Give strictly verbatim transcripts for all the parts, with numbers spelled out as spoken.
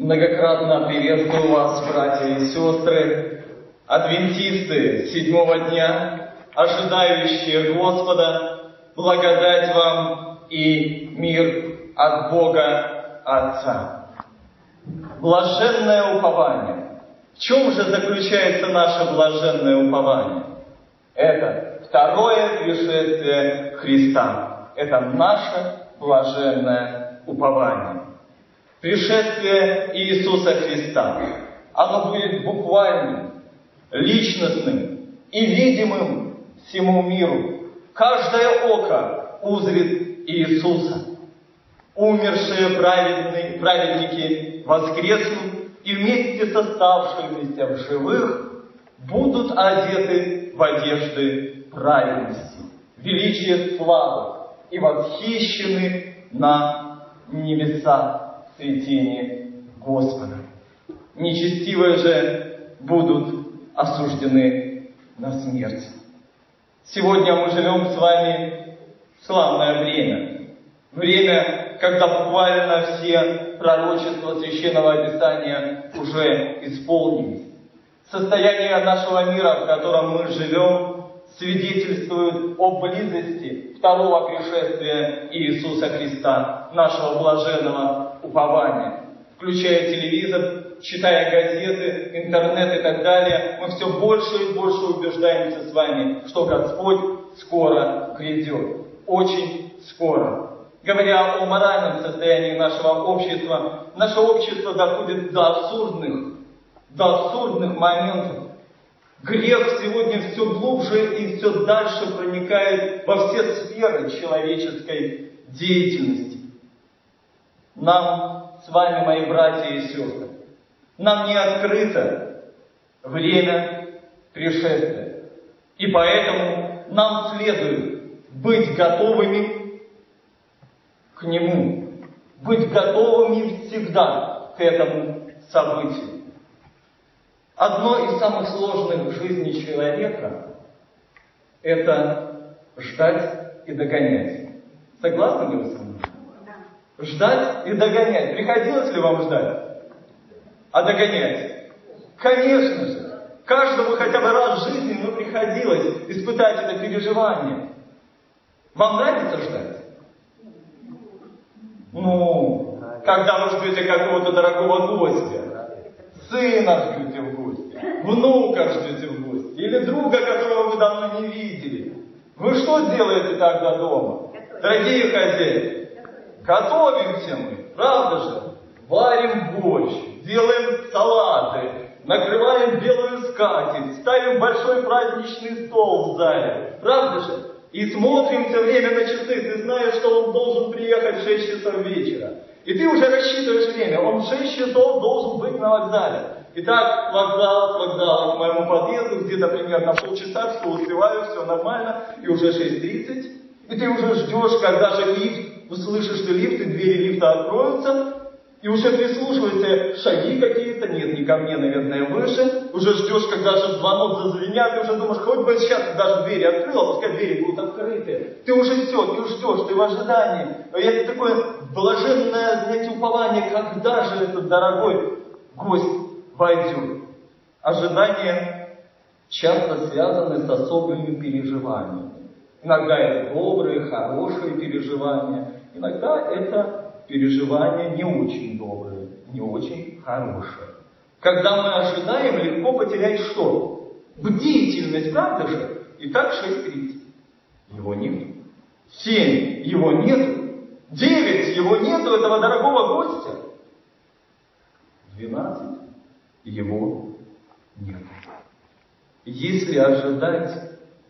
Многократно приветствую вас, братья и сестры, адвентисты седьмого дня, ожидающие Господа, благодать вам и мир от Бога Отца. Блаженное упование. В чем же заключается наше блаженное упование? Это второе пришествие Христа. Это наше блаженное упование. Пришествие Иисуса Христа. Оно будет буквальным, личностным и видимым всему миру. Каждое око узрит Иисуса. Умершие праведные, праведники воскреснут и вместе с оставшимися в живых будут одеты в одежды праведности, величие славы и восхищены на небеса в цветении Господа. Нечестивые же будут осуждены на смерть. Сегодня мы живем с вами в славное время. Время, когда буквально все пророчества Священного Писания уже исполнились. Состояние нашего мира, в котором мы живем, свидетельствует о близости второго пришествия Иисуса Христа, нашего блаженного упования. Включая телевизор, читая газеты, интернет и так далее, мы все больше и больше убеждаемся с вами, что Господь скоро грядет. Очень скоро. Говоря о моральном состоянии нашего общества, наше общество доходит до абсурдных, до абсурдных моментов. Грех сегодня все глубже и все дальше проникает во все сферы человеческой деятельности. Нам с вами, мои братья и сестры, нам не открыто время пришествия. И поэтому нам следует быть готовыми к нему, быть готовыми всегда к этому событию. Одно из самых сложных в жизни человека – это ждать и догонять. Согласны ли вы со мной? Ждать и догонять. Приходилось ли вам ждать? А догонять? Конечно же. Каждому хотя бы раз в жизни ну, приходилось испытать это переживание. Вам нравится ждать? Ну, когда вы ждете какого-то дорогого гостя, сына ждете в гости, внука ждете в гости, или друга, которого вы давно не видели. Вы что делаете тогда дома? Дорогие хозяйки, готовимся мы, правда же? Варим борщ, делаем салаты, накрываем белую скатерть, ставим большой праздничный стол в зале, правда же? И смотрим все время на часы, ты знаешь, что он должен приехать в шесть часов вечера. И ты уже рассчитываешь время, он в шесть часов должен быть на вокзале. Итак, вокзал, с вокзала к моему подъезду, где-то примерно полчаса, все успеваю, все нормально, и уже шесть тридцать. И ты уже ждешь, когда же лифт, услышишь ты лифт, и двери лифта откроются, и уже прислушиваешься, шаги какие-то, нет, не ко мне, наверное, выше. Уже ждешь, когда же звонок зазвенят, ты уже думаешь, хоть бы сейчас даже двери открыла, пускай двери будут открыты. Ты уже все, ты ждешь, ты в ожидании. Это такое блаженное, знаете, упование, когда же этот дорогой гость войдет. Ожидания часто связаны с особыми переживаниями. Иногда это добрые, хорошие переживания, иногда это переживания не очень добрые, не очень хорошие. Когда мы ожидаем, легко потерять что? Бдительность, правда же? Итак, шесть тридцать. Его нету. семь. Его нету. девять. Его нету, этого дорогого гостя. двенадцать. Его нету. Если ожидать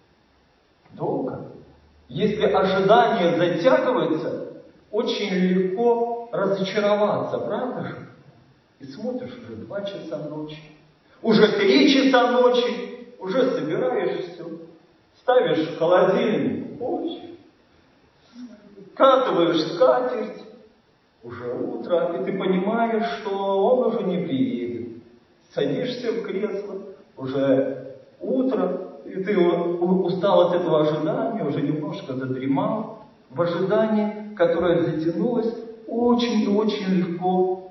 долго, если ожидание затягивается, очень легко разочароваться, правда же? И смотришь, уже два часа ночи, уже три часа ночи, уже собираешь все, ставишь в холодильник овощи, скатываешь скатерть, уже утро, и ты понимаешь, что он уже не приедет. Садишься в кресло, уже утро, и ты устал от этого ожидания, уже немножко задремал, в ожидании, которое затянулось, очень и очень легко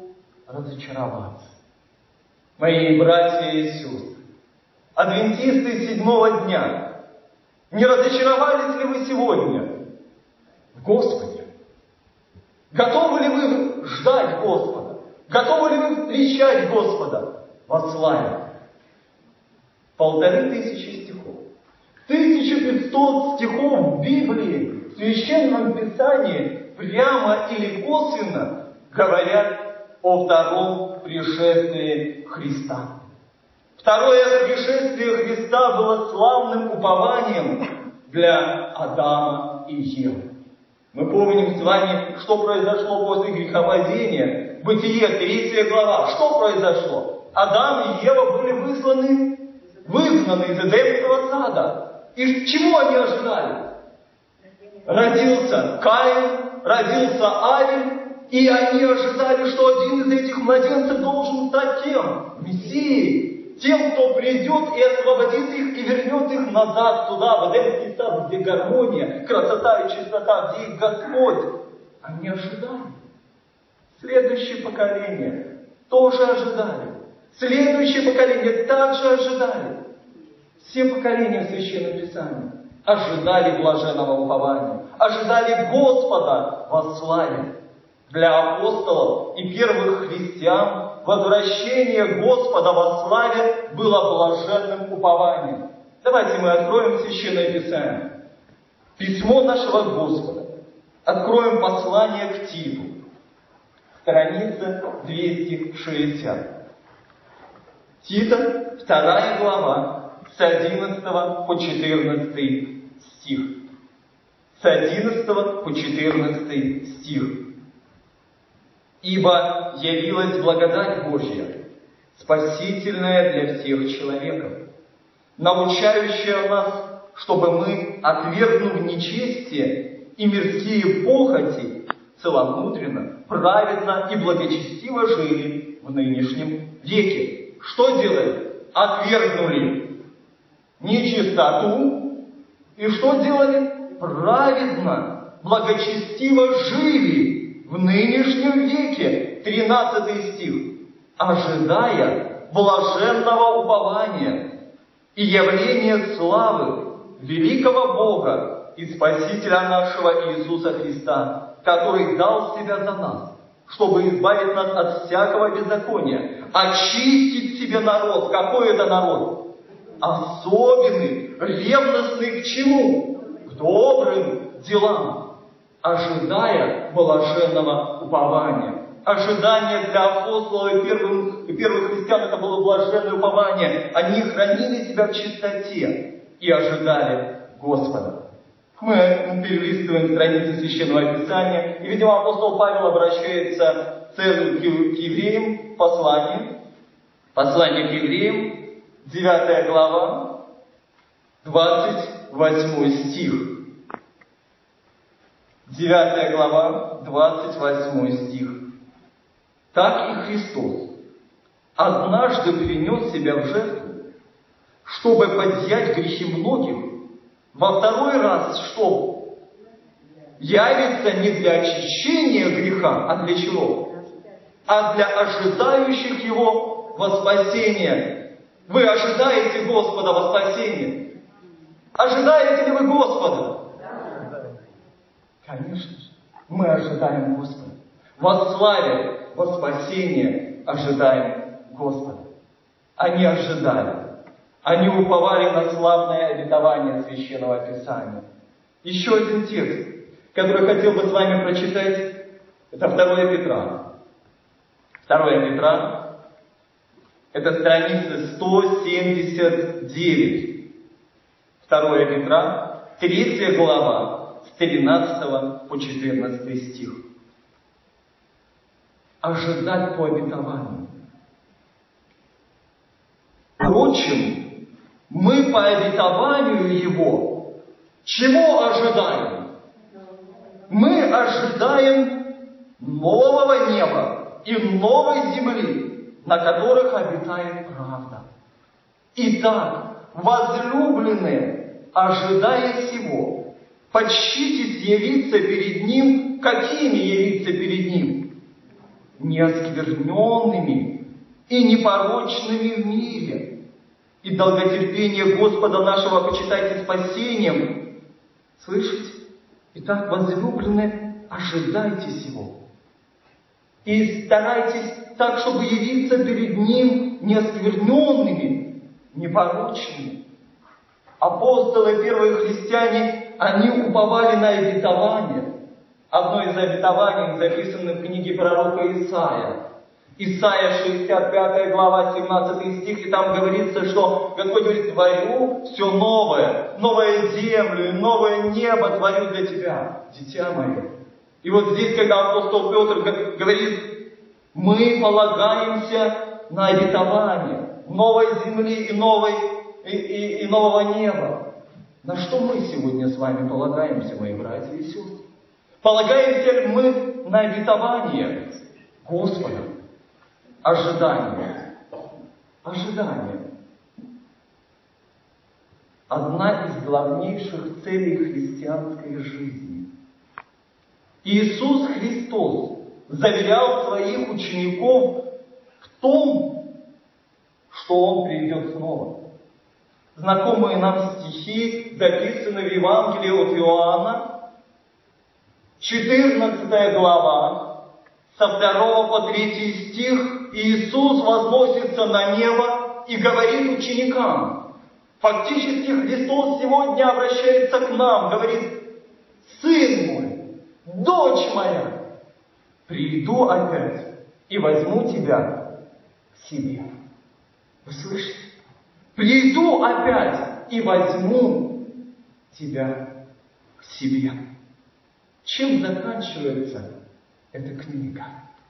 разочароваться. Мои братья и сестры, адвентисты седьмого дня, не разочаровались ли вы сегодня в Господе? Готовы ли вы ждать Господа? Готовы ли вы встречать Господа во славе? Полторы тысячи стихов. тысяча пятьсот стихов в Библии, в Священном Писании, прямо или косвенно говорят о втором пришествии Христа. Второе пришествие Христа было славным упованием для Адама и Евы. Мы помним с вами, что произошло после грехопадения. Бытие, третья глава. Что произошло? Адам и Ева были высланы, выгнаны из Эдемского сада. И чего они ожидали? Родился Каин, родился Авель, и они ожидали, что один из этих младенцев должен стать кем? Мессией. Тем, кто придет и освободит их, и вернет их назад туда, в Эдемский сад, где гармония, красота и чистота, где их Господь. Они ожидали. Следующее поколение тоже ожидали. Следующее поколение также ожидали. Все поколения Священного Писания ожидали блаженного упования, ожидали Господа во славе. Для апостолов и первых христиан возвращение Господа во славе было блаженным упованием. Давайте мы откроем Священное Писание. Письмо нашего Господа. Откроем послание к Титу. Страница двести шестьдесят. Тита, вторая глава, с одиннадцатого по четырнадцатый стих. С одиннадцатого по четырнадцатый стих. «Ибо явилась благодать Божья, спасительная для всех человеков, научающая нас, чтобы мы, отвергнув нечестие и мирские похоти, целомудренно, праведно и благочестиво жили в нынешнем веке». Что делали? Отвергнули нечистоту. И что делали? Праведно, благочестиво жили в нынешнем веке. тринадцатый стих. Ожидая блаженного упования и явления славы великого Бога и Спасителя нашего Иисуса Христа, который дал себя за нас, чтобы избавить нас от всякого беззакония, очистить себе народ. Какой это народ? Особенный, ревностный к чему? К добрым делам, ожидая блаженного упования. Ожидание для апостолов и первых, и первых христиан это было блаженное упование. Они хранили себя в чистоте и ожидали Господа. Мы перелистываем страницы Священного Писания, и, видимо, апостол Павел обращается к евреям в послании. Послание к евреям, девятая глава, двадцать восьмой стих. девятая глава, двадцать восьмой стих. «Так и Христос однажды принес себя в жертву, чтобы подъять грехи многих, во второй раз, что явится не для очищения греха, а для чего? А для ожидающих его во спасение». Вы ожидаете Господа во спасение? Ожидаете ли вы Господа? Конечно же, мы ожидаем Господа. Во славе, во спасение ожидаем Господа. Они ожидали. Они уповали на славное обетование Священного Писания. Еще один текст, который хотел бы с вами прочитать, это второе Петра. второе Петра, это страница сто семьдесят девять. второе Петра, третья глава, с тринадцатого по четырнадцатый стих. Ожидать по обетованию. Впрочем, мы по обетованию Его чего ожидаем? Мы ожидаем нового неба и новой земли, на которых обитает правда. Итак, возлюбленные, ожидая сего, почтитесь явиться перед Ним. Какими явиться перед Ним? неоскверненными и непорочными в мире. И долготерпение Господа нашего почитайте спасением. Слышите? Итак, возлюбленные, ожидайте сего. И старайтесь так, чтобы явиться перед Ним неоскверненными, непорочными. Апостолы, первые христиане, они уповали на обетование. Одно из обетований записано в книге пророка Исаия. Исаия шестьдесят пятая глава, семнадцатый стих, и там говорится, что Господь говорит: творю все новое, новую землю, новое небо творю для тебя, дитя мое. И вот здесь, когда апостол Петр говорит, мы полагаемся на обетование новой земли и, новой, и, и, и нового неба. На что мы сегодня с вами полагаемся, мои братья и сестры? Полагаемся ли мы на обетование Господа? Ожидание. Ожидание. Одна из главнейших целей христианской жизни. Иисус Христос заверял своих учеников в том, что Он придет снова. Знакомые нам стихи записаны в Евангелии от Иоанна, четырнадцатая глава, со второго по третий стих. Иисус возносится на небо и говорит ученикам. Фактически Христос сегодня обращается к нам, говорит: «Сын мой, дочь моя, приду опять и возьму тебя к себе». Вы слышите? Приду опять и возьму тебя к себе. Чем заканчивается эта книга?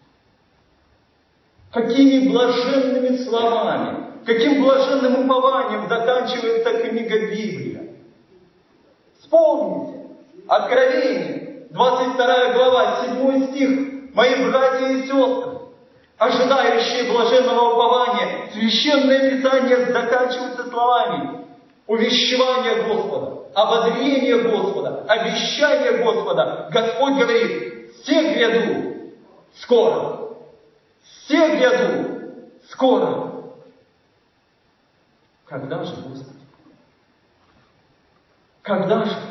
Какими блаженными словами, каким блаженным упованием заканчивается книга Библия? Вспомните, Откровение, двадцать вторая глава, седьмой стих. Мои братья и сестры, ожидающие блаженного упования, Священное Писание заканчивается словами: увещевание Господа, ободрение Господа, обещание Господа. Господь говорит: все гряду скоро. Все гряду скоро. Когда же, Господи? Когда же?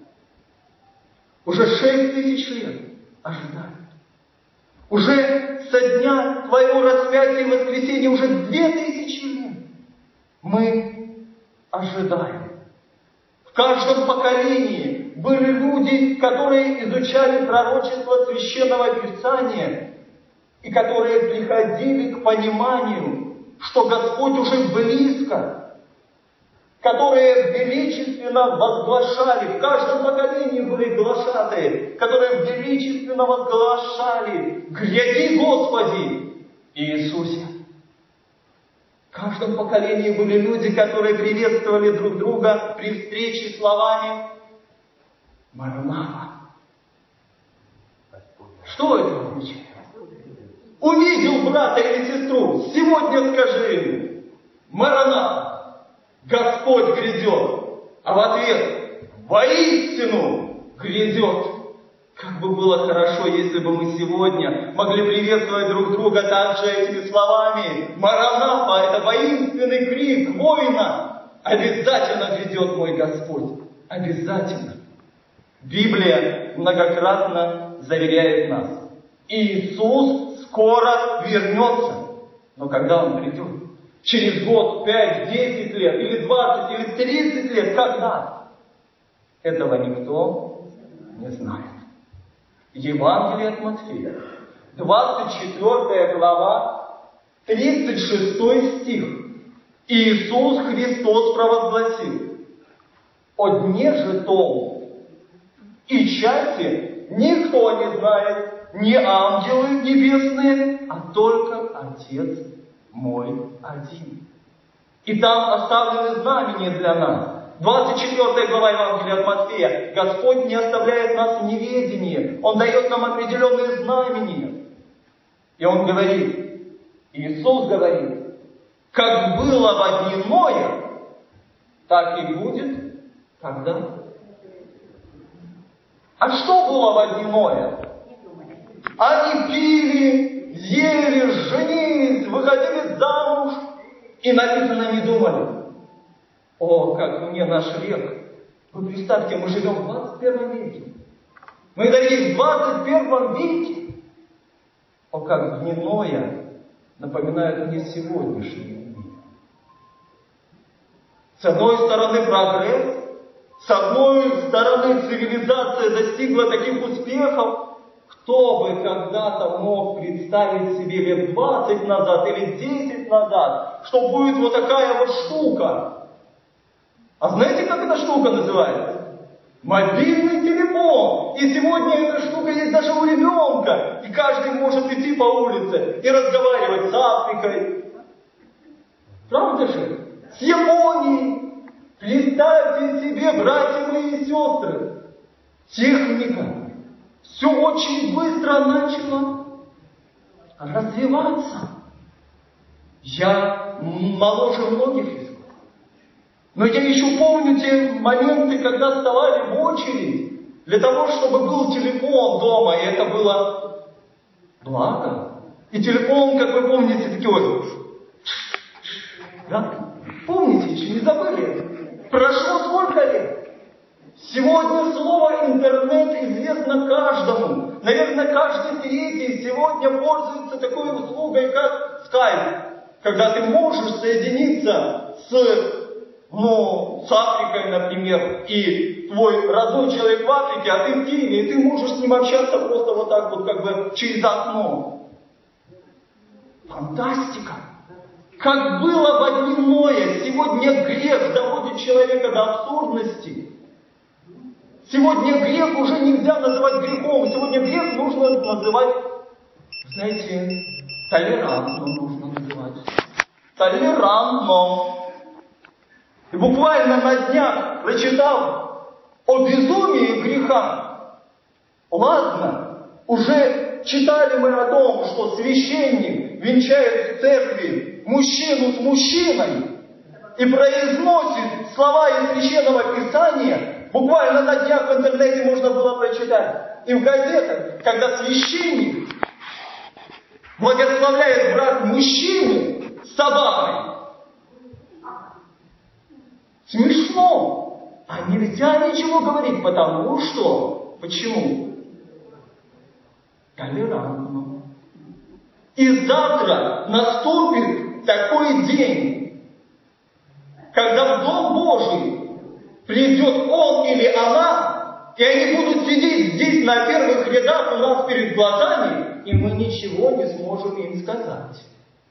Уже шесть тысяч лет ожидают. Уже со дня Твоего распятия и воскресения уже две тысячи лет мы ожидаем. В каждом поколении были люди, которые изучали пророчество Священного Писания и которые приходили к пониманию, что Господь уже близко, которые величественно возглашали, в каждом поколении были глашатые, которые величественно возглашали: «Гряди, Господи, Иисусе». В каждом поколении были люди, которые приветствовали друг друга при встрече словами «Мараната». Что это означает? Увидел брата или сестру, сегодня скажи ему: «Мараната, Господь грядет». А в ответ: «Воистину грядет». Как бы было хорошо, если бы мы сегодня могли приветствовать друг друга также этими словами: «Мараната» — это воинственный крик воина. Обязательно грядет мой Господь. Обязательно. Библия многократно заверяет нас: Иисус скоро вернется. Но когда Он придет? Через год, пять, десять лет, или двадцать, или тридцать лет? Когда? Этого никто не знает. Евангелие от Матфея, двадцать четвёртая глава, тридцать шестой стих. Иисус Христос провозгласил: «О дне же том и часе никто не знает, не ангелы небесные, а только Отец мой один». И там оставлены знамения для нас. двадцать четвёртая глава Евангелия от Матфея. Господь не оставляет нас в неведении. Он дает нам определенные знамения. И Он говорит, Иисус говорит: «Как было во дни Ноя, так и будет когда». А что было во дни Ноя? Они пили, ели, женились, выходили замуж. И написано, не думали: о, как мне наш век. Вы представьте, мы живем в двадцать первом веке. Мы, дорогие, в двадцать первом веке. О, как дни Ноя напоминают мне сегодняшние дни. С одной стороны прогресс, с одной стороны цивилизация достигла таких успехов. Кто бы когда-то мог представить себе лет двадцать назад или десять назад, что будет вот такая вот штука? А знаете, как эта штука называется? Мобильный телефон. И сегодня эта штука есть даже у ребенка. И каждый может идти по улице и разговаривать с Африкой. Правда же? С Японией. Представьте себе, братья мои и сестры, техника все очень быстро начало развиваться. Я моложе многих из вас. Но я еще помню те моменты, когда вставали в очередь для того, чтобы был телефон дома, и это было благо. И телефон, как вы помните, такой, да? Помните, еще не забыли? Прошло сколько лет? Сегодня слово «интернет» известно каждому. Наверное, каждый третий сегодня пользуется такой услугой, как скайп. Когда ты можешь соединиться с, ну, с Африкой, например, и твой родной человек в Африке, а ты в Киеве, и ты можешь с ним общаться просто вот так вот, как бы через окно. Фантастика! Как было в одни Ноя, сегодня грех доводит человека до абсурдности. Сегодня грех уже нельзя называть грехом. Сегодня грех нужно называть, знаете, толерантным нужно называть. Толерантным. И буквально на днях прочитал о безумии греха. Ладно, уже читали мы о том, что священник венчает в церкви мужчину с мужчиной и произносит слова из Священного Писания. Буквально на днях в интернете можно было прочитать. И в газетах, когда священник благословляет брак мужчины с собакой. Смешно. А нельзя ничего говорить, потому что... Почему? Толерантно. И завтра наступит такой день, когда в Дом Божий придет он или она, и они будут сидеть здесь на первых рядах у нас перед глазами, и мы ничего не сможем им сказать.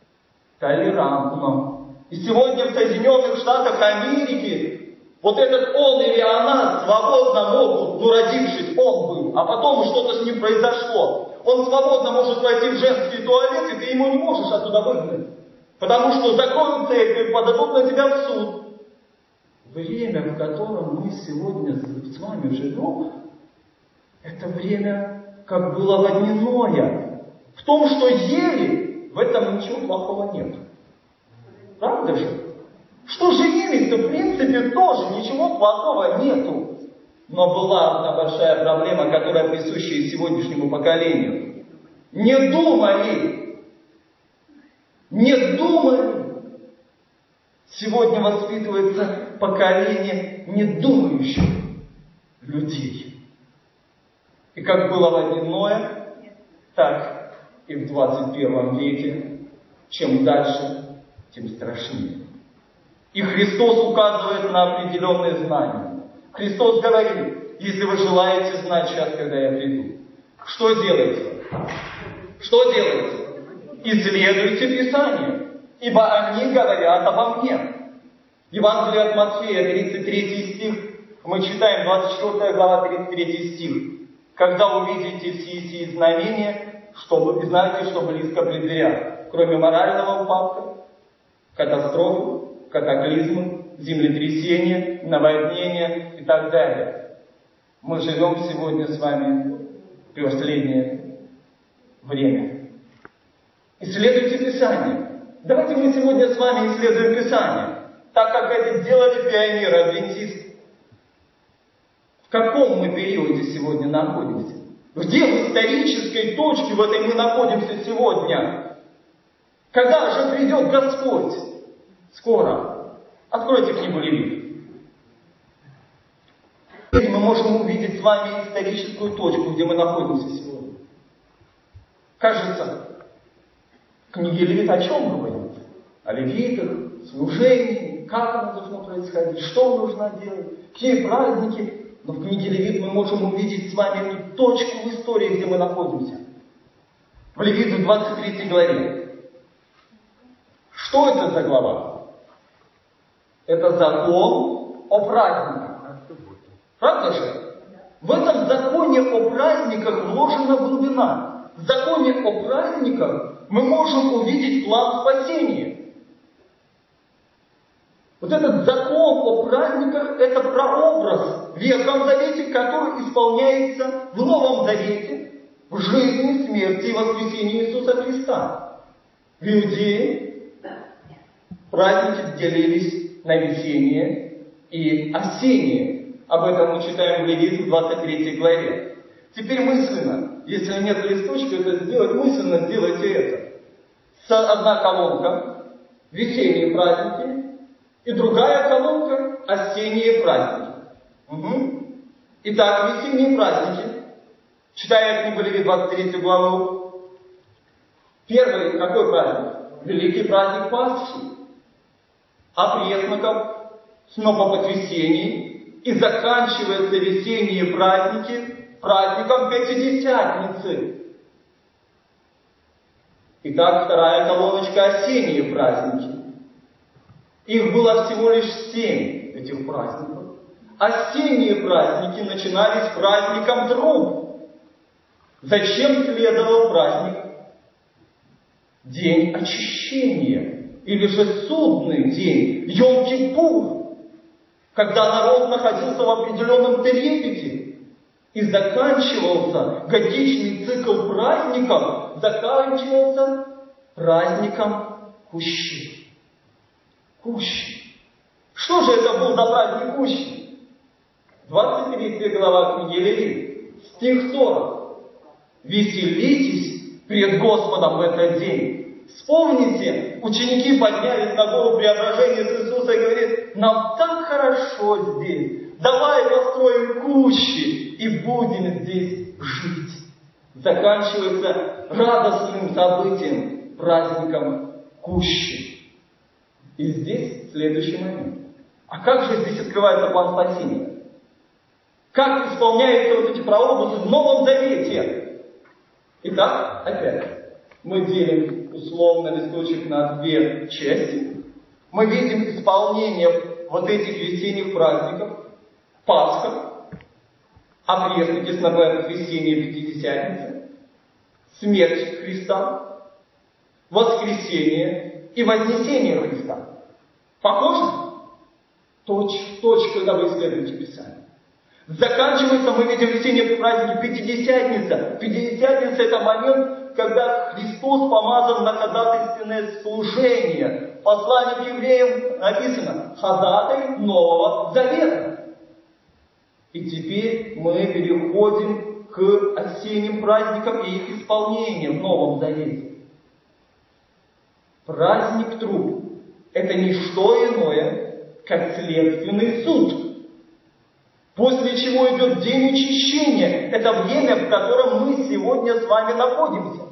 Толерантно. И сегодня в Соединенных Штатах Америки вот этот он или она свободно могут, ну родившись, он был, а потом что-то с ним произошло. Он свободно может войти в женский туалет, и ты ему не можешь оттуда выгнать. Потому что закроют церковь, подадут на тебя в суд. Время, в котором мы сегодня с вами живем, это время, как было в одни Ноя. В том, что ели, в этом ничего плохого нет. Правда же? Что же ели-то, в принципе, тоже ничего плохого нету. Но была одна большая проблема, которая присуща и сегодняшнему поколению. Не думали. Не думали. Сегодня воспитывается поколение недумающих людей. И как было в одни Ноя, так и в двадцать первом веке. Чем дальше, тем страшнее. И Христос указывает на определенные знания. Христос говорит: если вы желаете знать сейчас, когда я приду, что делаете? Что делаете? Исследуйте Писание, ибо они говорят обо мне. Евангелие от Матфея, тридцать третий стих, мы читаем, двадцать четвёртая глава, тридцать третий стих. Когда увидите все эти знамения, чтобы, знаете, что близко пред дверях, кроме морального упадка, катастрофы, катаклизмы, землетрясения, наводнения и так далее. Мы живем сегодня с вами в последнее время. Исследуйте Писание. Давайте мы сегодня с вами исследуем Писание, так как это делали пионеры, адвентисты. В каком мы периоде сегодня находимся? Где в исторической точке в этой мы находимся сегодня? Когда же придет Господь? Скоро. Откройте книгу Левит. Мы можем увидеть с вами историческую точку, где мы находимся сегодня. Кажется, в книге Левит о чем говорится? О левитах, служении, как оно должно происходить, что нужно делать, какие праздники. Но в книге Левит мы можем увидеть с вами эту точку в истории, где мы находимся. В Левит в двадцать третьей главе. Что это за глава? Это закон о праздниках. Правда же? В этом законе о праздниках вложена глубина. В законе о праздниках мы можем увидеть план спасения. Вот этот закон о праздниках – это прообраз в Ветхом Завете, который исполняется в Новом Завете, в жизни, смерти и воскресении Иисуса Христа. В Иудее праздники делились на весенние и осенние. Об этом мы читаем в Левит в двадцать третьей главе. Теперь мысленно, если нет листочка, это сделать мысленно, сделайте это. Одна колонка – весенние праздники, и другая колонка – осенние праздники. Угу. Итак, весенние праздники. Читая книгу Левит двадцать третью главу. Первый какой праздник? Великий праздник Пасхи. А пресноков снопопотрясений. И заканчиваются весенние праздники праздником Пятидесятницы. Итак, вторая колоночка – осенние праздники. Их было всего лишь семь, этих праздников. Осенние праздники начинались праздником труб. Зачем следовал праздник? День очищения, или же судный день, Йом-Кипур, когда народ находился в определенном трепете. И заканчивался годичный цикл праздников, заканчивался праздником Кущи. Кущи. Что же это был за праздник Кущи? двадцать третья глава книги Левит, стих сорок. «Веселитесь пред Господом в этот день». Вспомните, ученики поднялись на гору преображения с Иисуса и говорят: нам так хорошо здесь, давай построим Кущи и будем здесь жить. Заканчивается радостным событием, праздником Кущи. И здесь следующий момент. А как же здесь открывается план спасения? Как исполняются вот эти прообразы в Новом Завете? Итак, опять, мы делим условно листочек на две части. Мы видим исполнение вот этих весенних праздников. Пасха, опресники, снопопотрясение, Пятидесятница, смерть Христа, воскресение и вознесение Христа. Похоже? Точь в точь, когда вы исследуете Писание. Заканчивается, мы видим весенние праздники, Пятидесятница. Пятидесятница – это момент, когда Христос помазан на ходатайственное служение. В послании к евреям написано: ходатай Нового Завета. И теперь мы переходим к осенним праздникам и их исполнению в Новом Завете. Праздник труб – это не что иное, как следственный суд. После чего идет день очищения. Это время, в котором мы сегодня с вами находимся.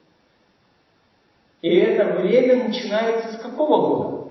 И это время начинается с какого года?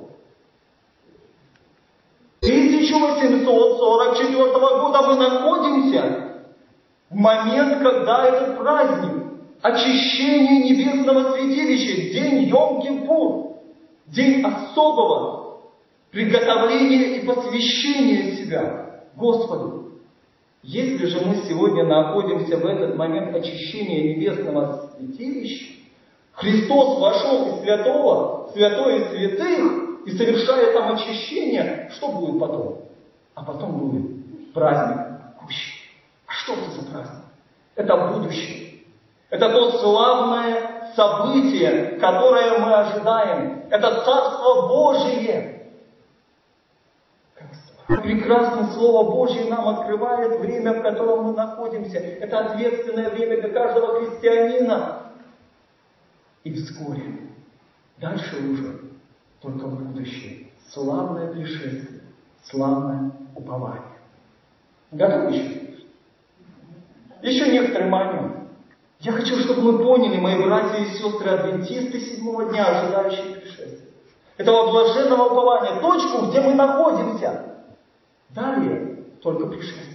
тысяча восемьсот сорок четвёртого года мы находимся в момент, когда этот праздник очищения небесного святилища, день Йом-Кипур, день особого приготовления и посвящения себя Господу. Если же мы сегодня находимся в этот момент очищения небесного святилища, Христос вошел из святого, святое святых, и совершая там очищение, что будет потом? А потом будет праздник Кущи. А что это за праздник? Это будущее. Это то славное событие, которое мы ожидаем. Это Царство Божие. Как славно. Прекрасное Слово Божье нам открывает время, в котором мы находимся. Это ответственное время для каждого христианина. И вскоре, дальше уже, только будущее. Славное пришествие, славное упование. Готовы еще? Еще некоторые моменты. Я хочу, чтобы мы поняли, мои братья и сестры, адвентисты седьмого дня, ожидающие пришествия. Этого блаженного упования, точку, где мы находимся. Далее только пришествие.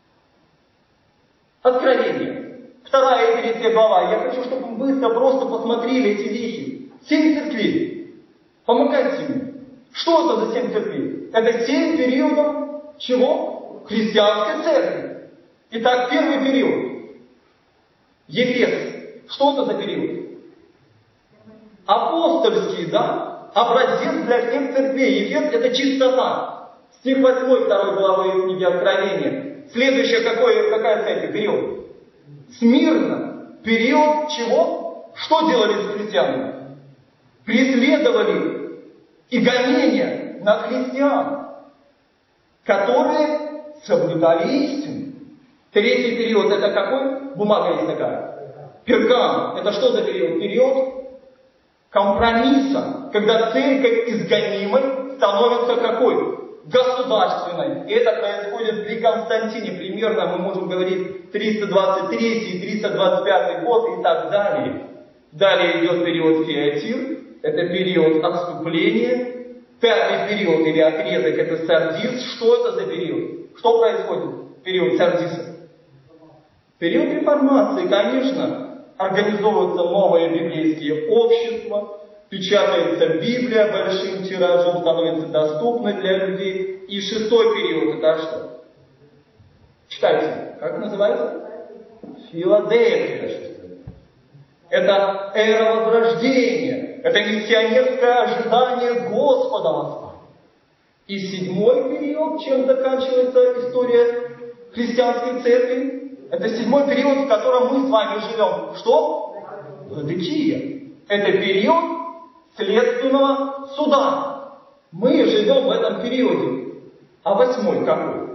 Откровение. Вторая и третья глава. Я хочу, чтобы мы быстро просто посмотрели эти вещи. Семь церквей. Помогайте мне. Что это за семь церквей? Это семь периодов чего? Христианской церкви. Итак, первый период. Ефес. Что это за период? Апостольский, да? Образец для всех церквей. Ефес — это чистота. Стих восьмой второй главы книги Откровения. Следующее, какое, какая церковь? Период. Смирно. Период чего? Что делали с христианами? Преследовали и гонения на христиан, которые соблюдали истину. Третий период — это какой? Бумага есть такая. Пергам. Это что за период? Период компромисса, когда церковь изгонимой становится какой? Государственной. И это происходит при Константине. Примерно мы можем говорить триста двадцать третий, триста двадцать пятый год и так далее. Далее идет период Феатир. Это период отступления. Пятый период или отрезок — это Сардис. Что это за период? Что происходит в период Сардиса? Период реформации, конечно, организовываются новые библейские общества, печатается Библия большим тиражом, становится доступной для людей. И шестой период — это что? Читайте, как называется? Филадельфия. Это эра Возрождения, это миссионерское ожидание Господа восстания. И седьмой период, чем заканчивается история христианской церкви, это седьмой период, в котором мы с вами живем. Что? Ладыкия. Это период следственного суда. Мы живем в этом периоде. А восьмой какой?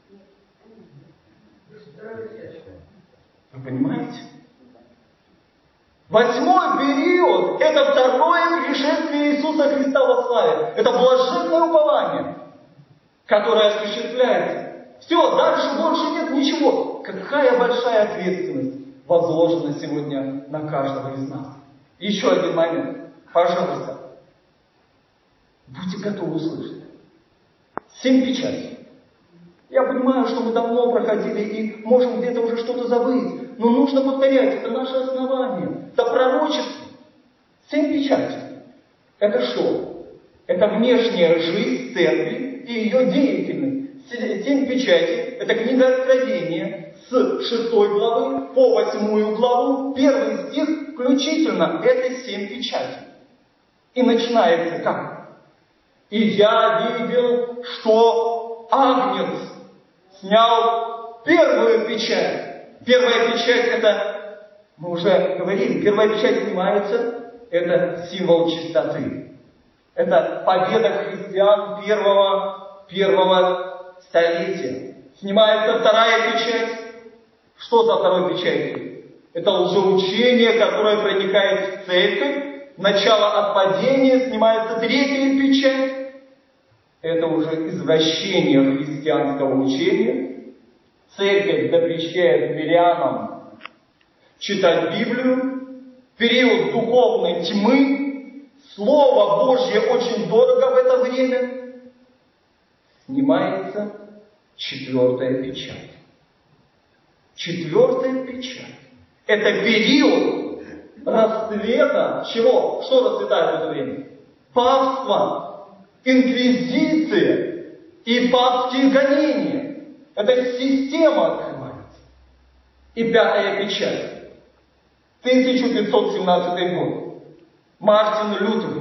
Вы понимаете? Восьмой период — это второе пришествие Иисуса Христа во славе. Это блаженное упование, которое осуществляется. Все, дальше больше нет ничего. Какая большая ответственность возложена сегодня на каждого из нас. Еще один момент. Пожалуйста. Будьте готовы услышать. Семь печатей. Я понимаю, что мы давно проходили и можем где-то уже что-то забыть. Но нужно повторять. Это наше основание. Это пророчество. Семь печатей. Это что? Это внешняя жизнь церкви и ее деятельность. Семь печатей — это книга Откровения с шестой главы по восьмую главу, первый стих включительно. Это семь печатей. И начинается как? И я видел, что Агнец снял первую печать. Первая печать — это, мы уже говорили, первая печать снимается, это символ чистоты. Это победа христиан первого, первого столетия. Снимается вторая печать. Что за второй печатью? Это лжеучение, которое проникает в церковь. Начало отпадения. Снимается третья печать. Это уже извращение христианского учения. Церковь запрещает мирянам читать Библию. Период духовной тьмы. Слово Божье очень дорого в это время. Снимается четвертая печать. Четвертая печать. Это период расцвета чего? Что расцветает в это время? Папство, инквизиция и папские гонения. Эта система открывается. И пятая печать. тысяча пятьсот семнадцатый год. Мартин Лютер.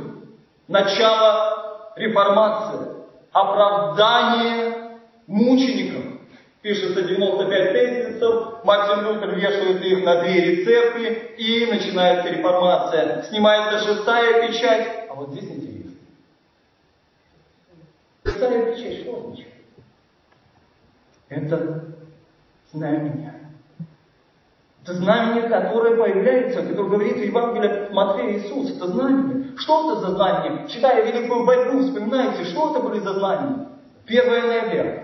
Начало реформации. Оправдание мучеников. Пишется девяносто пять тезисов, Мартин Лютер вешает их на двери церкви, и начинается реформация. Снимается шестая печать. А вот здесь интересно. Шестая печать что означает? Это знамение. Это знамение, которое появляется, которое говорит в Евангелии Матфея Иисус. Это знамение. Что это за знамение? Читая Великую борьбу, вспоминайте, что это были за знамения? первое ноября.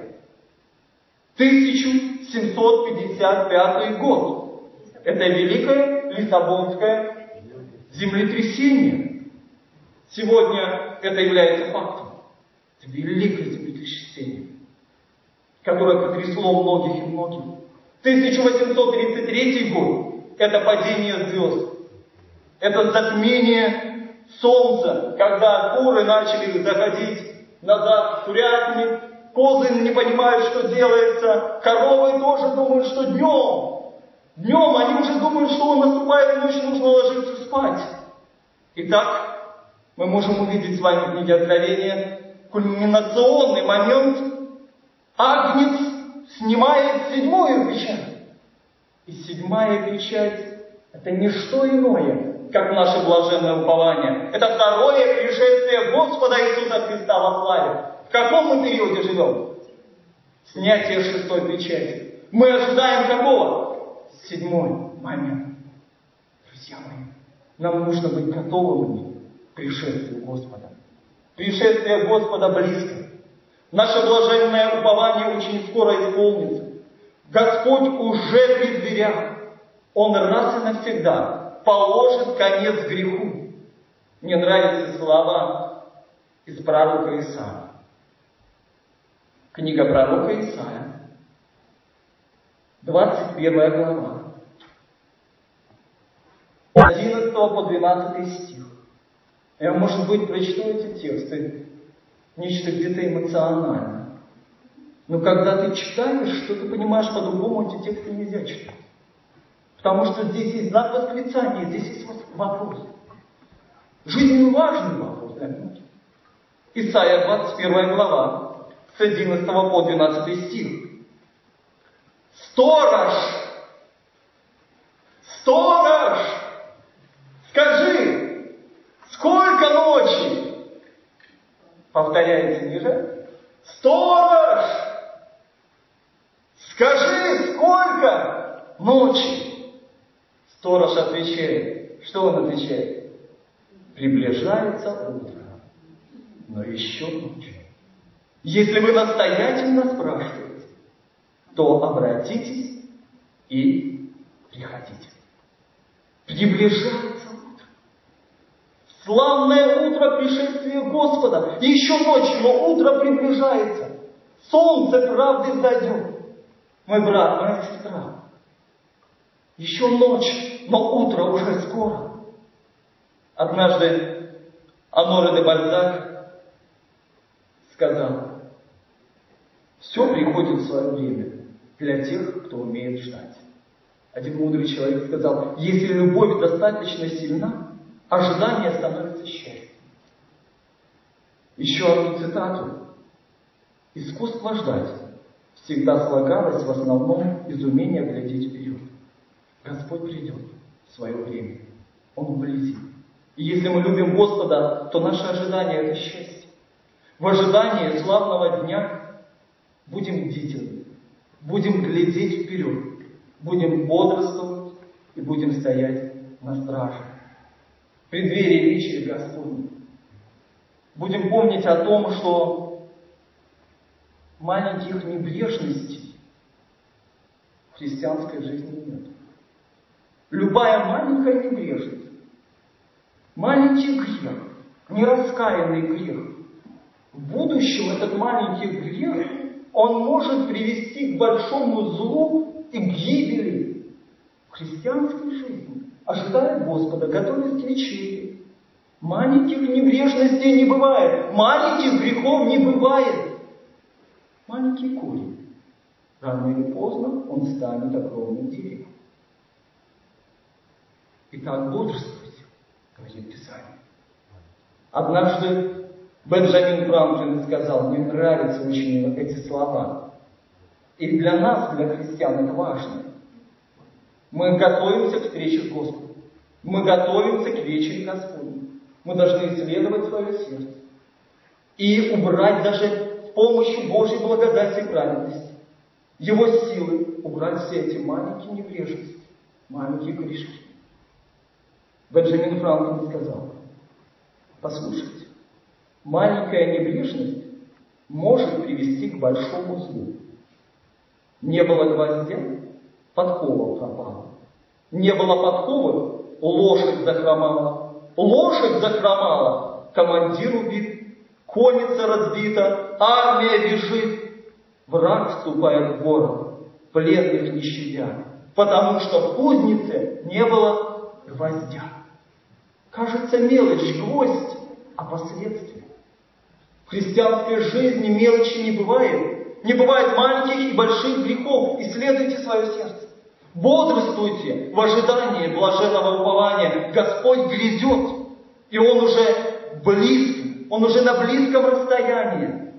тысяча семьсот пятьдесят пятый год. Это Великое Лиссабонское землетрясение. Сегодня это является фактом. Это великое землетрясение, которое потрясло многих и многих. тысяча восемьсот тридцать третий год – это падение звезд. Это затмение солнца, когда куры начали заходить назад в курятник, козы не понимают, что делается, коровы тоже думают, что днем. Днем они уже думают, что наступает ночь, нужно ложиться спать. Итак, мы можем увидеть с вами в книге Откровения кульминационный момент. Агнец снимает седьмую печать. И седьмая печать – это не что иное, как наше блаженное упование. Это второе пришествие Господа Иисуса Христа во славе. В каком мы периоде живем? Снятие шестой печати. Мы ожидаем какого? Седьмой момент. Друзья мои, нам нужно быть готовыми к пришествию Господа. Пришествие Господа близко. Наше блаженное упование очень скоро исполнится. Господь уже при дверях. Он раз и навсегда положит конец греху. Мне нравятся слова из пророка Исаия. Книга пророка Исаия, двадцать первая глава, одиннадцатого по двенадцатый стих. Я, может быть, прочту эти тексты, нечто где-то эмоциональное. Но когда ты читаешь, что ты понимаешь по-другому, эти тексты нельзя читать. Потому что здесь есть знак восклицания, здесь есть вопрос. Жизненно важный вопрос для многих. Исайя, двадцать первая глава, с одиннадцатого по двенадцатый стих. Сторож! Сторож! Скажи, сколько ночи? Повторяется ниже. Сторож! Скажи, сколько ночи? Сторож отвечает. Что он отвечает? Приближается утро, но еще ночь. Если вы настоятельно спрашиваете, то обратитесь и приходите. Приближается утро. Славное утро пришествия Господа. И еще ночь, но утро приближается. Солнце правды взойдет. Мой брат, моя сестра. Еще ночь, но утро уже скоро. Однажды Оноре де Бальзак сказал: все приходит в свое время для тех, кто умеет ждать. Один мудрый человек сказал: если любовь достаточно сильна, ожидание становится счастьем. Еще одну цитату. Искусство ждать всегда слагалось в основном из умения глядеть вперед. Господь придет в свое время. Он вблизи. И если мы любим Господа, то наше ожидание – это счастье. В ожидании славного дня будем бдительны, будем глядеть вперед, будем бодрствовать и будем стоять на страже. В преддверии вечери Господней будем помнить о том, что маленьких небрежностей в христианской жизни нет. Любая маленькая небрежность, маленький грех, нераскаянный грех, в будущем этот маленький грех, он может привести к большому злу и к гибели в христианской жизни. Ожидая Господа, готовясь к вечере. Маленьких небрежностей не бывает, маленьких грехов не бывает. Маленький корень. Рано или поздно он станет огромным деревом. Итак, бодрствуйте, говорит Писание. Однажды Бенджамин Франклин сказал: мне нравятся очень эти слова. И для нас, для христиан, это важно. Мы готовимся к встрече с Господом. Мы готовимся к вечере Господней. Мы должны исследовать свое сердце. И убрать даже с помощью Божьей благодати и праведности его силы убрать все эти маленькие небрежности, маленькие корешки. Бенджамин Франклин сказал: послушайте, маленькая небрежность может привести к большому злу. Не было гвоздя, подкова пропала. Не было подковы, лошадь захромала. Лошадь захромала, командир убит, конница разбита, армия бежит. Враг вступает в город, пленных не щадя, потому что в кузнице не было гвоздя. Кажется, мелочь, гвоздь, а последствия. В христианской жизни мелочи не бывает. Не бывает маленьких и больших грехов. Исследуйте свое сердце. Бодрствуйте в ожидании блаженного упования. Господь грядет, и Он уже близко, Он уже на близком расстоянии.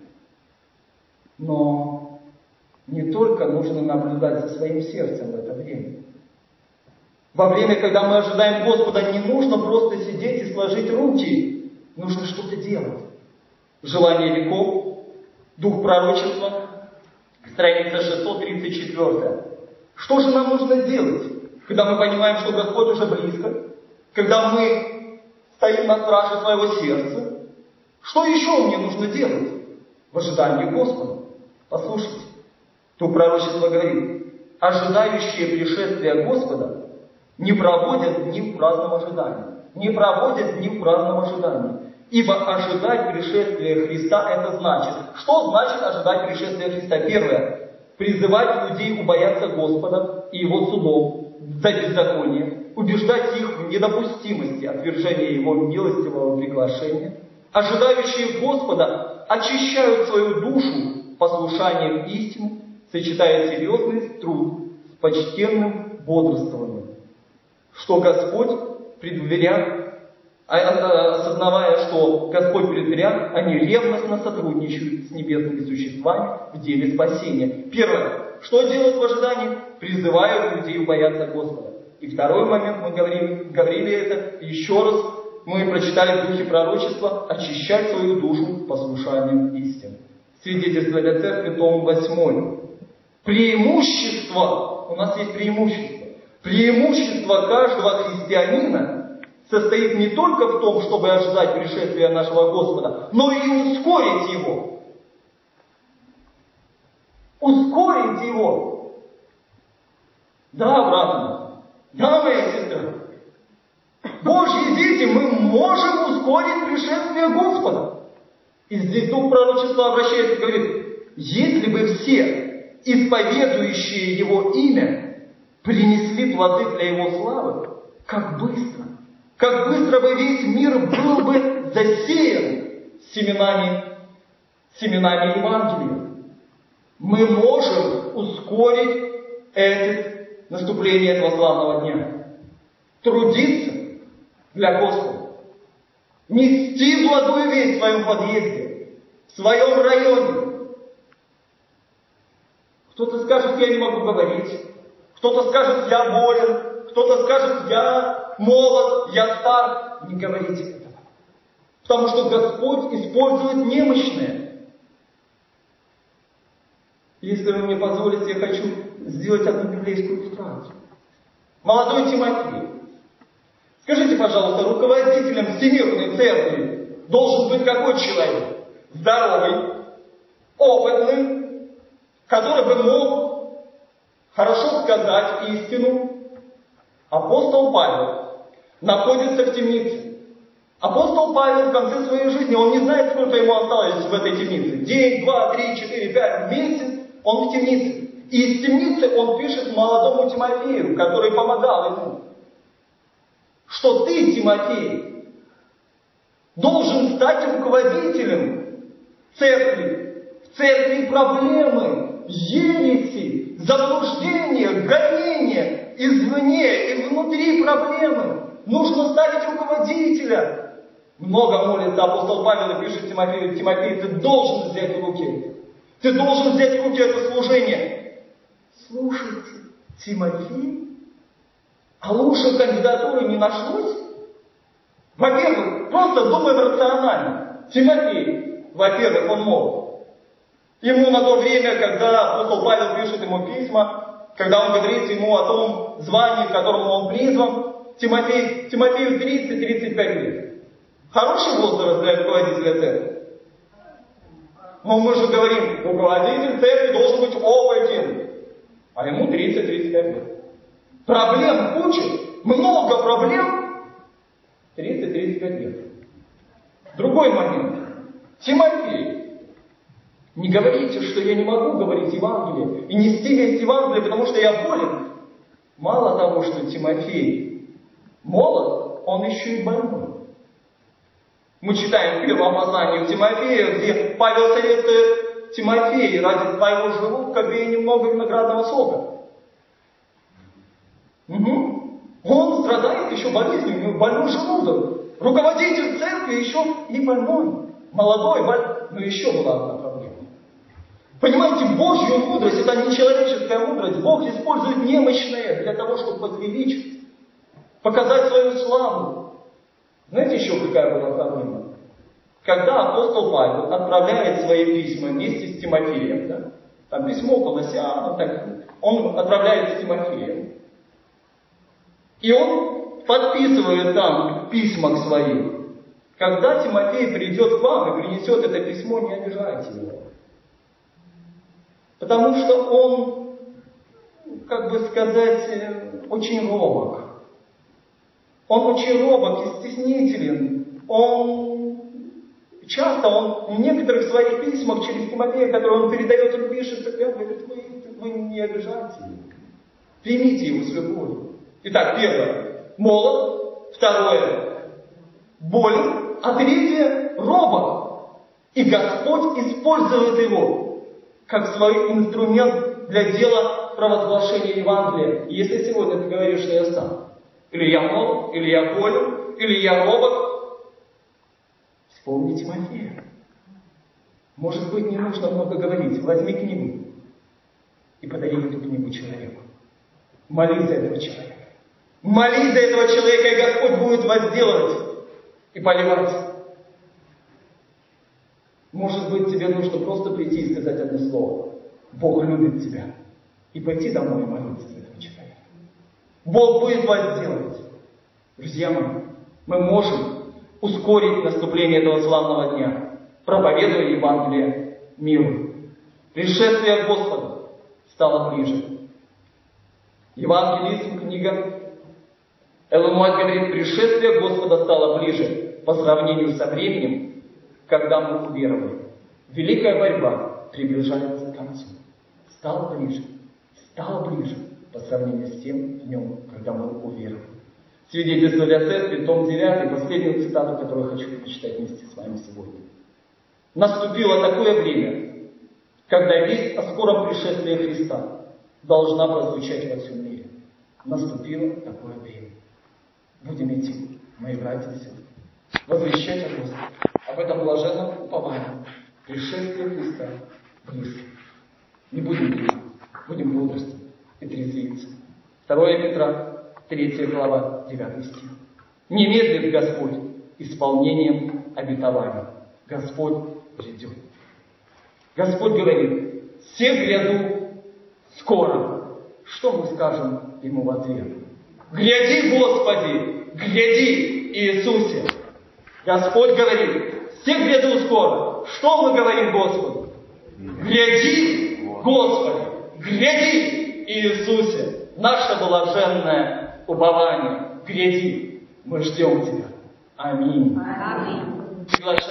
Но не только нужно наблюдать за своим сердцем в это время. Во время, когда мы ожидаем Господа, не нужно просто сидеть и сложить руки. Нужно что-то делать. Желание веков, дух пророчества, страница шестьсот тридцать четыре. Что же нам нужно делать, когда мы понимаем, что Господь уже близко, когда мы стоим на страже своего сердца? Что еще мне нужно делать в ожидании Господа? Послушайте, дух пророчества говорит: ожидающие пришествия Господа не проводят дни в праздном ожидании. Не проводят дни в праздном ожидании. Ибо ожидать пришествия Христа – это значит. Что значит ожидать пришествия Христа? Первое. Призывать людей убояться Господа и Его судов за беззаконие. Убеждать их в недопустимости отвержения Его милостивого приглашения. Ожидающие Господа очищают свою душу послушанием истины, сочетая серьезный труд с почтенным бодрствованием. Что Господь предверяет, осознавая, что Господь предверяет, они ревностно сотрудничают с небесными существами в деле спасения. Первое. Что делают в ожидании? Призывают людей бояться Господа. И второй момент, мы говорили, говорили это еще раз, мы прочитали в духе пророчества: очищать свою душу послушанием истины. Свидетельство для церкви, том восьмой. Преимущество, у нас есть преимущество. Преимущество каждого христианина состоит не только в том, чтобы ожидать пришествия нашего Господа, но и ускорить его. Ускорить его. Да, брат, да, моя сестра. Божьи дети, мы можем ускорить пришествие Господа. И здесь дух пророчества обращается и говорит: если бы все исповедующие Его имя принесли плоды для Его славы, как быстро, как быстро бы весь мир был бы засеян семенами, семенами Евангелия. Мы можем ускорить это наступление этого славного дня. Трудиться для Господа. Нести благую весть в своем подъезде, в своем районе. Кто-то скажет: я не могу говорить. Кто-то скажет: я болен. Кто-то скажет: я молод, я стар. Не говорите этого. Потому что Господь использует немощное. Если вы мне позволите, я хочу сделать одну библейскую иллюстрацию. Молодой Тимофей. Скажите, пожалуйста, руководителем Всемирной Церкви должен быть какой человек? Здоровый, опытный, который бы мог хорошо сказать истину. Апостол Павел находится в темнице. Апостол Павел в конце своей жизни, он не знает, сколько ему осталось в этой темнице. День, два, три, четыре, пять, месяц он в темнице. И из темницы он пишет молодому Тимофею, который помогал ему, что ты, Тимофей, должен стать руководителем церкви. В церкви проблемы, ереси, заблуждения, гонения, извне и внутри проблемы. Нужно ставить руководителя. Много молится апостол Павел и пишет Тимофею: Тимофей, ты должен взять в руки. Ты должен взять в руки это служение. Слушайте, Тимофей? А лучшей кандидатуры не нашлось? Во-первых, просто думаем рационально. Тимофей, во-первых, он молод. Ему на то время, когда апостол Павел пишет ему письма, когда он говорит ему о том звании, к которому он призван, Тимофей, Тимофею тридцать-тридцать пять лет. Хороший возраст для руководителя церкви. Но мы же говорим, руководитель церкви должен быть опытен. А ему тридцать-тридцать пять лет. Проблем куча, много проблем. тридцать-тридцать пять лет. Другой момент. Тимофей. Не говорите, что я не могу говорить Евангелие и нести весть Евангелия, потому что я болен. Мало того, что Тимофей молод, он еще и больной. Мы читаем в первом послании Тимофея, где Павел советует Тимофею: ради твоего желудка пей немного виноградного сока. Угу. Он страдает еще болезнью, у него больной желудок. Руководитель церкви еще и больной. Молодой, больной. Но еще была одна проблема. Понимаете, Божью мудрость, это не человеческая мудрость. Бог использует немощное для того, чтобы возвеличить, показать свою славу. Знаете, еще какая была проблема? Когда апостол Павел отправляет свои письма вместе с Тимофеем, да? Там письмо Колоссянам, так, он отправляет с Тимофеем. И он подписывает там письма к своим. Когда Тимофей придет к вам и принесет это письмо, не обижайте его. Потому что он, как бы сказать, очень робок. Он очень робок и стеснителен. Он часто, он в некоторых своих письмах через Тимофея, которые он передает, он пишет, он говорит: вы, вы не обижайте его. Примите его с любовью. Итак, первое – молод. Второе – болен. А третье – робок. И Господь использует его как свой инструмент для дела провозглашения Евангелия. И если сегодня ты говоришь, что я сам, или я молод, или я болен, или я робок, вспомни Тимофея. Может быть, не нужно много говорить. Возьми книгу и подари эту книгу человеку. Молись за этого человека. Молись за этого человека, и Господь будет возделывать и поливать. Может быть, тебе нужно просто прийти и сказать одно слово: Бог любит тебя. И пойти домой и молиться за этого человека. Бог будет возделывать. Друзья мои, мы можем ускорить наступление этого славного дня, проповедуя Евангелие миру. Пришествие Господа стало ближе. Евангелизм, книга Эллен Уайт говорит: пришествие Господа стало ближе по сравнению со временем, когда мы уверовали. Великая борьба приближается к концу. Стало ближе, стало ближе по сравнению с тем днем, когда мы уверовали. Свидетельство для церкви, том девятый, последнюю цитату, которую я хочу прочитать вместе с вами сегодня. Наступило такое время, когда весть о скором пришествии Христа должна прозвучать во всем мире. Наступило такое время. Будем идти, мои братья и сестры, возвещать о Господе, об этом блаженном уповании. Пришествие Христа близко. Не будем думать, будем бодрствовать и трезвиться. второе Петра, третья глава, девятый стих. Не медлит Господь исполнением обетования. Господь грядет. Господь говорит: все гряду скоро. Что мы скажем Ему в ответ? Гряди, Господи, гряди, Иисусе. Господь говорит: все гряду скоро. Что мы говорим Господу? Гряди, Господи, гряди, Иисусе. Наше блаженное упование. Гряди, мы ждем Тебя. Аминь. Аминь.